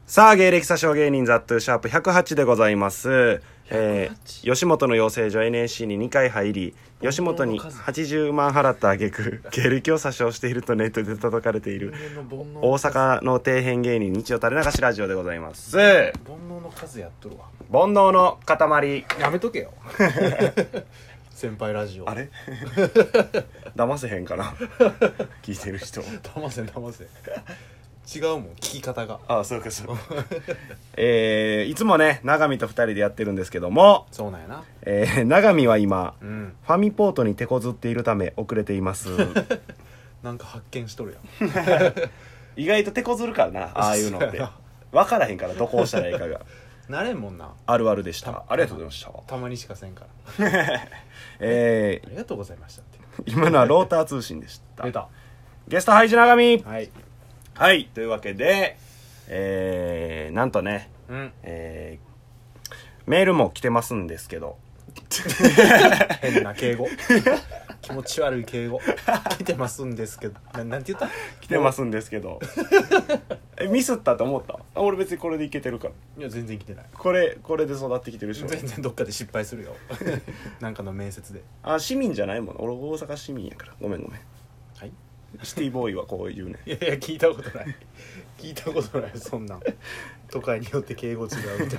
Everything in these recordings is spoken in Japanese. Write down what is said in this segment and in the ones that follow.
さあ芸歴詐称芸人ザットゥシャープ108でございます。吉本の養成所 NSC に2回入り、吉本に80万払った挙句芸歴を詐称しているとネットで叩かれている大阪の底辺芸人日曜垂れ流しラジオでございます。 煩悩の数やっとるわ。 煩悩の塊。 やめとけよ先輩ラジオあれ騙せへんかな聞いてる人騙せ違うもん聞き方が。 ああそうかそういつもね永見と2人でやってるんですけども、 そうなんやな。 永見は今、 うん、 ファミポートに手こずっているため遅れていますなんか発見しとるやん意外と手こずるからな、ああいうのって分からへんからどこをしたらいいかがなれんもんな。 あるあるでした。ありがとうございました。 たまにしかせんからありがとうございましたって今のはローター通信でした。 出た。 ゲストハイジ永見。 はいはい、というわけでなんとね、 うん、 メールも来てますんですけど変な敬語気持ち悪い敬語来てますんですけど、なんて言った？ 来てますんですけどミスったと思った？俺別にこれでいけてるから。 いや全然来てない。 これで育ってきてるでしょ。 全然どっかで失敗するよなんかの面接で。 あ、市民じゃないもん。俺大阪市民やから。ごめんはい、シティボーイはこう言うねいや聞いたことない聞いたことないそんなん都会によって敬語違うみたい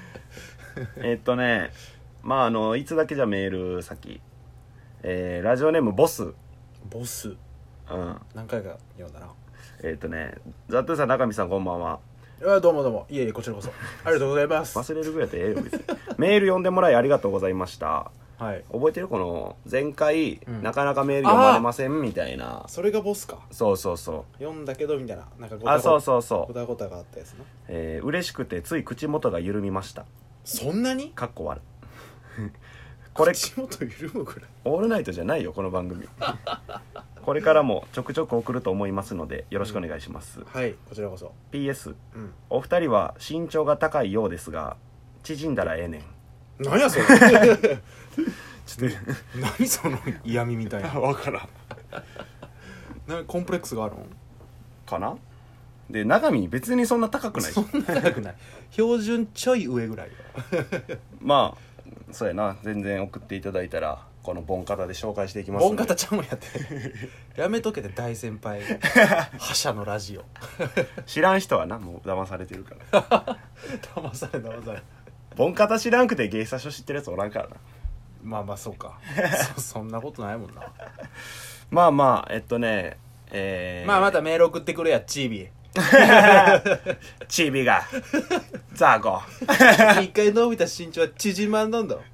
なまあいつだけじゃメール先、ラジオネームボス。 ボス、 うん、 何回か読んだな。 ザットゥさん中見さんこんばんは。 どうもいえこちらこそありがとうございます。 忘れるぐらいでええよ別にメール読んでもらいありがとうございました。 はい、 覚えてる？この前回、 うん、 なかなかメール読まれませんみたいな。 それがボスか。 そう読んだけどみたいな、なんかそうごたごたがあったやつな。 嬉しくてつい口元が緩みました。 そんなに？ かっこ悪これ口元緩むぐらいオールナイトじゃないよこの番組これからもちょくちょく送ると思いますのでよろしくお願いします、 はいこちらこそ。 PS、お二人は身長が高いようですが縮んだらええねん。 何やそれちょっと何その嫌味みたいな分からんコンプレックスがあるのかな。で永見別にそんな高くないし。 そんな高くない標準ちょい上ぐらいまあそうやな。全然送っていただいたらこのボンカタで紹介していきますんで。 ボンカタちゃんもやってやめとけて大先輩覇者のラジオ知らん人はなもう騙されてるから騙されボンカタ知らんくて芸者書知ってるやつおらんからな。 まあそうかそんなことないもんなまあまあまたメール送ってくれやチービーチビがザーゴ一回伸びた身長は縮まんなんだ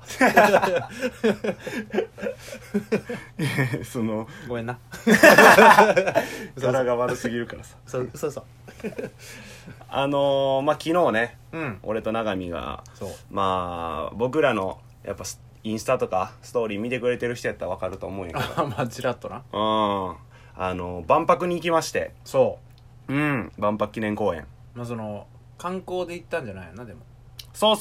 そのごめんな柄が悪すぎるからさそうまあ昨日ね、 うん俺と永見がそうまあ僕らのやっぱインスタとかストーリー見てくれてる人やったら分かると思うんやけどまあちらっとな。 万博に行きまして。 そう万博記念公園。 まあ観光で行ったんじゃないよな。でもそう、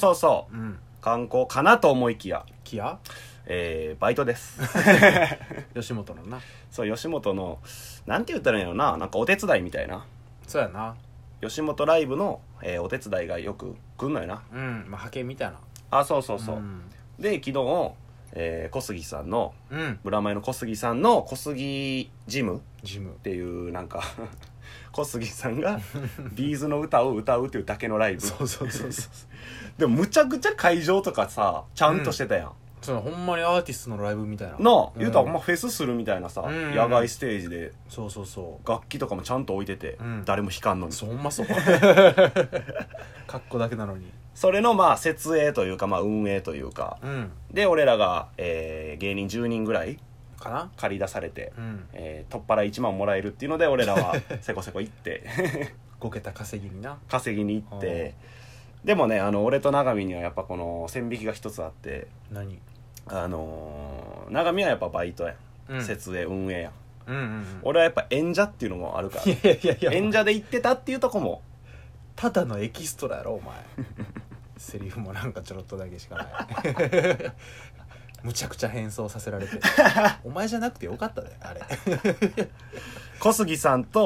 観光かなと思いきやバイトです吉本のな。 そう吉本のなんて言ったらいいんやろな、なんかお手伝いみたいな。 そうやな。 吉本ライブの、お手伝いがよく来んのよな。 まあ派遣みたいな。 あそう、で昨日、小杉さんの、ブラマヨの小杉さんの小杉ジムっていうなんか小杉さんがビーズの歌を歌うっていうだけのライブ。 そうでもむちゃくちゃ会場とかさちゃんとしてたやん、 ほんまにアーティストのライブみたいな言うたらほんまフェスするみたいなさ、野外ステージでそう楽器とかもちゃんと置いてて、誰も弾かんのに。 ほんまそうかっこだけなのに。 それのまあ設営というか、まあ運営というか、で俺らが、芸人10人ぐらいかな借り出されて、取っ払い1万もらえるっていうので俺らはせこせこ行って 5桁稼ぎに行って。でもね俺と永見にはやっぱこの線引きが一つあって。 何？ 永見はやっぱバイトやん、設営運営やん、俺はやっぱ演者っていうのもあるから。 いや演者で行ってたっていうとこもただのエキストラやろお前セリフもなんかちょろっとだけしかないむちゃくちゃ変装させられてお前じゃなくてよかったねあれ小杉さんと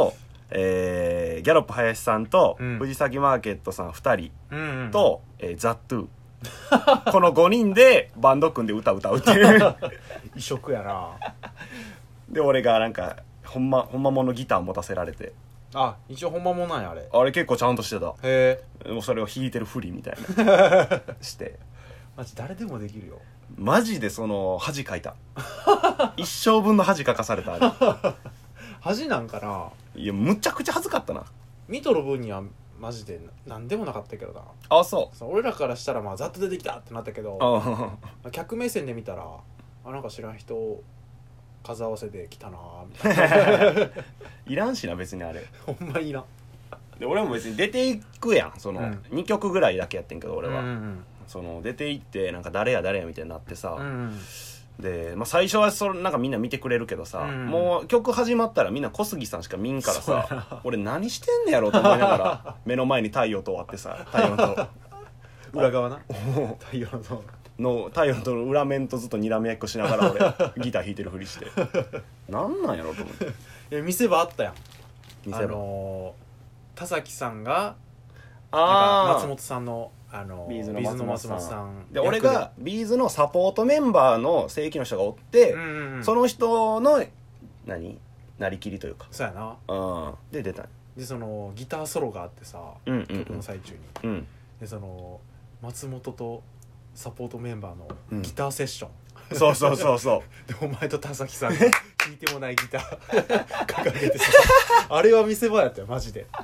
ギャロップ林さんと、 うん藤崎マーケットさん2 うんうん人と、ザ・トゥーこの5人でバンド組んで歌うっていう異色やな。 で俺がなんかほんまものギター持たせられて、 あ、一応ほんまもんなんやあれ。 あれ結構ちゃんとしてた。 へえ。 もうそれを弾いてるふりみたいなしてマジ誰でもできるよ。 マジでその恥かいた一生分の恥かかされたあ恥なんかな。 れいやむちゃくちゃ恥ずかったな。 見とる分にはマジで何でもなかったけどな。 あそうそう俺らからしたらまあざっと出てきたってなったけど、 あ客目線で見たらなんか知らん人数合わせで来たなみたいな。 いらんしな別にあれほんまいいな。 で俺も別に出ていくやんその、2曲ぐらいだけやってんけど俺は、 うんその出ていってなんか誰やみたいになってさ、 うんで、まあ、最初はそれなんかみんな見てくれるけどさ、 うんもう曲始まったらみんな小杉さんしか見んからさ俺何してんねやろと思いながら目の前に太陽とあってさ太陽と裏側な太陽の太陽との裏面とずっとにらめっこしながら俺ギター弾いてるふりしてなんなんやろと思っていや見せ場あったやん。 見せ場田崎さんがあ松本さんのビーズの松本松本さんで俺がビーズのサポートメンバーの正規の人がおって、その人のなりきりというかそうやな。 で出たでそのギターソロがあってさ、曲の最中に、でその松本とサポートメンバーのギターセッション、 そうでお前と田崎さんが弾いてもないギター掲げてさあれは見せ場やったよマジで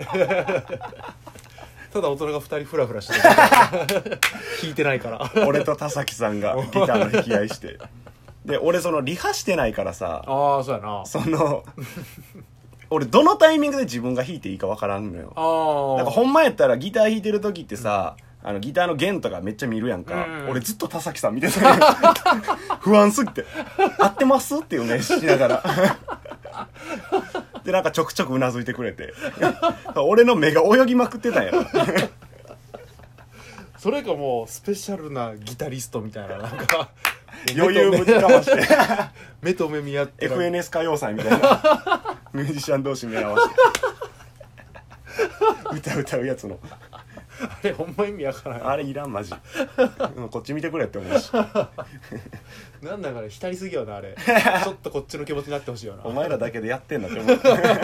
ただ大人が2人フラフラしてる弾いてないから俺と田崎さんがギターの弾き合いしてで俺そのリハしてないからさああそうやな。 その俺どのタイミングで自分が弾いていいか分からんのよ。なんかほんまやったらギター弾いてる時ってさ、ギターの弦とかめっちゃ見るやんか、俺ずっと田崎さん見てた不安すぎて合ってますっていうねしながらでなんかちょくちょくうなずいてくれて俺の目が泳ぎまくってたんやろそれかもうスペシャルなギタリストみたいななんか余裕ぶちかまして目と目見合って FNS 歌謡祭みたいなミュージシャン同士目合わせて歌うやつのあれほんま意味わからん。 あれいらんマジこっち見てくれって思うしなんだかね浸りすぎよなあれちょっとこっちの気持ちになってほしいよなお前らだけでやってんのって思う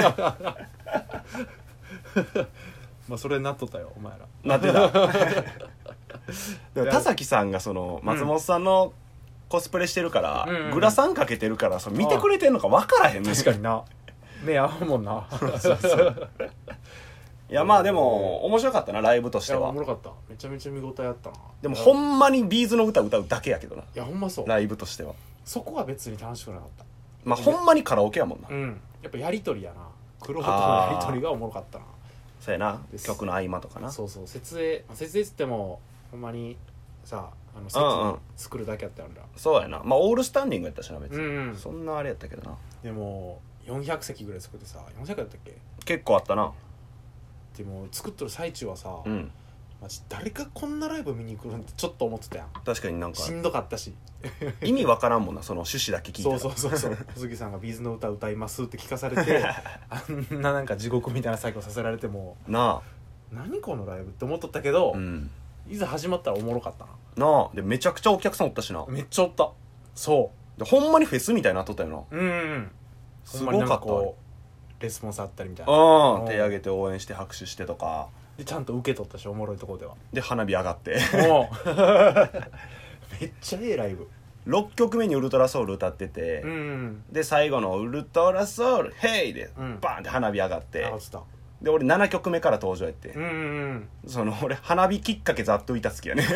まあそれになっとったよお前ら。 なってたでも田崎さんがその松本さんのコスプレしてるから、グラサンかけてるからその見てくれてんのか分からへんね。 確かにな目合うもんなそういやまあでも面白かったなライブとしていやおは。 もろかった。めちゃめちゃ見応えあったな。 でもほんまにビーズの歌歌うだけやけどな。 いやほんまそうライブとしてはそこは別に楽しくなかった。 まあほんまにカラオケやもんな。 やっぱやりとりやな。黒とのやりとりがおもろかったな。 そうやな曲の合間とかな。 そう設営っつってもほんまにさ席作るだけやったやんら。 そうやなまあオールスタンディングやったしな別に、 うんそんなあれやったけどな。 でも400席ぐらい作ってさ400やったっけ。 結構あったな。 でも作っとる最中はさ、 うんマジ誰がこんなライブ見に来るんってちょっと思ってたやん。 確かになんかしんどかったし意味わからんもんなその趣旨だけ聞いたら。 そう小杉さんがビーズの歌歌いますって聞かされてあんななんか地獄みたいな作業させられてもな何このライブって思っとったけど、 あうんいざ始まったらおもろかったなあでめちゃくちゃお客さんおったしな。 な。めっちゃおったそでほんまにフェスみたいになっとったよな。すごかったほんまになんこうレスポンスあったりみたいな。 うん手挙げて応援して拍手してとかでちゃんと受け取ったしおもろいところではで花火上がってもうめっちゃええライブ。 6曲目にウルトラソウル歌ってて、で最後のウルトラソウルヘイでバーンって花火上がって、 上がってた。 で俺7曲目から登場やって、その俺花火きっかけざっといた好きやね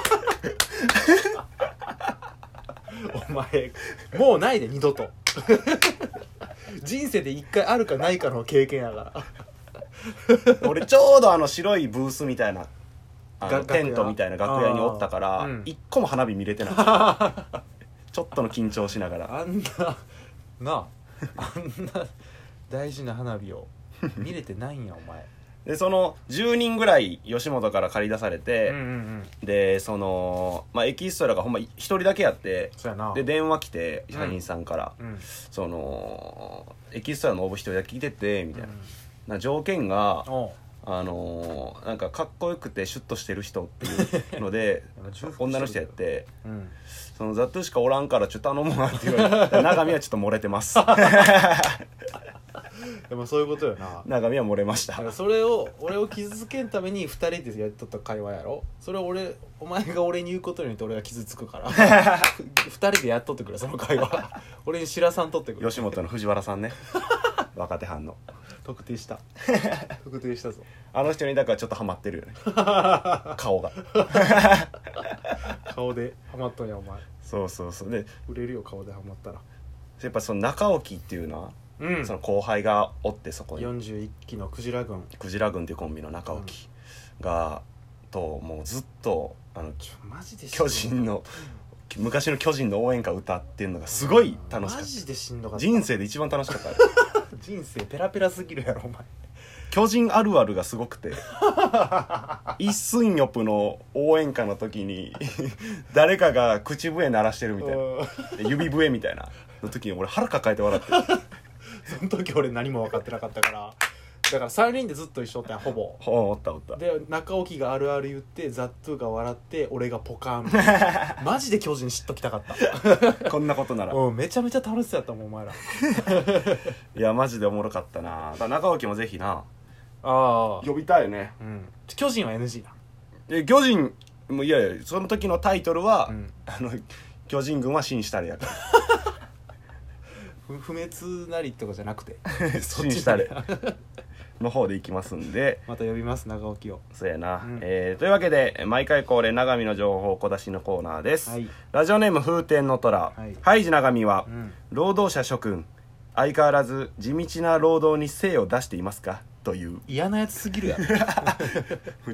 お前もうないで二度と人生で一回あるかないかの経験やから俺ちょうど白いブースみたいな楽屋テントみたいな楽屋におったから一個も花火見れてないちょっとの緊張しながらあんな大事な花火を見れてないんやお前でその10人ぐらい吉本から借り出されて、でその、まあ、エキストラがほんま1人だけやって、 そうやな。 で電話来て社員さんから、そのエキストラの応募1人だけ来ててみたいな、 条件がおうなんかかっこよくてシュッとしてる人っていうので女の人やって、 うん、 そのザトゥしかおらんからちょっと頼むわって言われて長見はちょっと漏れてますでもそういうことよな。 長見は漏れました。 それを俺を傷つけんために2人でやっとった会話やろ。それをお前が俺に言うことによって俺が傷つくから2人でやっとってくれその会話俺に知らさんとってくれ。 吉本の藤原さんね若手班の特定した特定したぞ。 あの人にだからちょっとハマってるよね顔が顔でハマっとんやお前。 そうで売れるよ顔でハマったら。 やっぱその中沖っていうのは、 うん、 その後輩がおってそこに 41期のクジラ軍っていうコンビの中沖が、ともうずっとマジで巨人の昔の巨人の応援歌歌ってんのがすごい楽しかった。 マジでしんどかった。 人生で一番楽しかった人生ペラペラすぎるやろお前。 巨人あるあるがすごくて一寸ヨプの応援歌の時に誰かが口笛鳴らしてるみたいな指笛みたいなの時に俺腹抱えて笑ってその時俺何も分かってなかったからだから3人でずっと一緒ってほぼおったで中沖があるある言ってザットゥが笑って俺がポカーンマジで巨人知っときたかったこんなことならめちゃめちゃ楽しそうやったもんお前らいやマジでおもろかったな。だから中沖もぜひなあ呼びたいね、 うん、巨人は NG な。 巨人もいやその時のタイトルは、 うん、 巨人軍は死にしたれやから不滅なりとかじゃなくて死にしたれの方でいきますんでまた呼びます長沖を。 そうやな、 うん、 というわけで毎回恒例長見の情報小出しのコーナーです、 はい、 ラジオネーム風天の虎、はい、ハイジ長見は、うん、労働者諸君相変わらず地道な労働に精を出していますかという嫌なやつすぎるやろ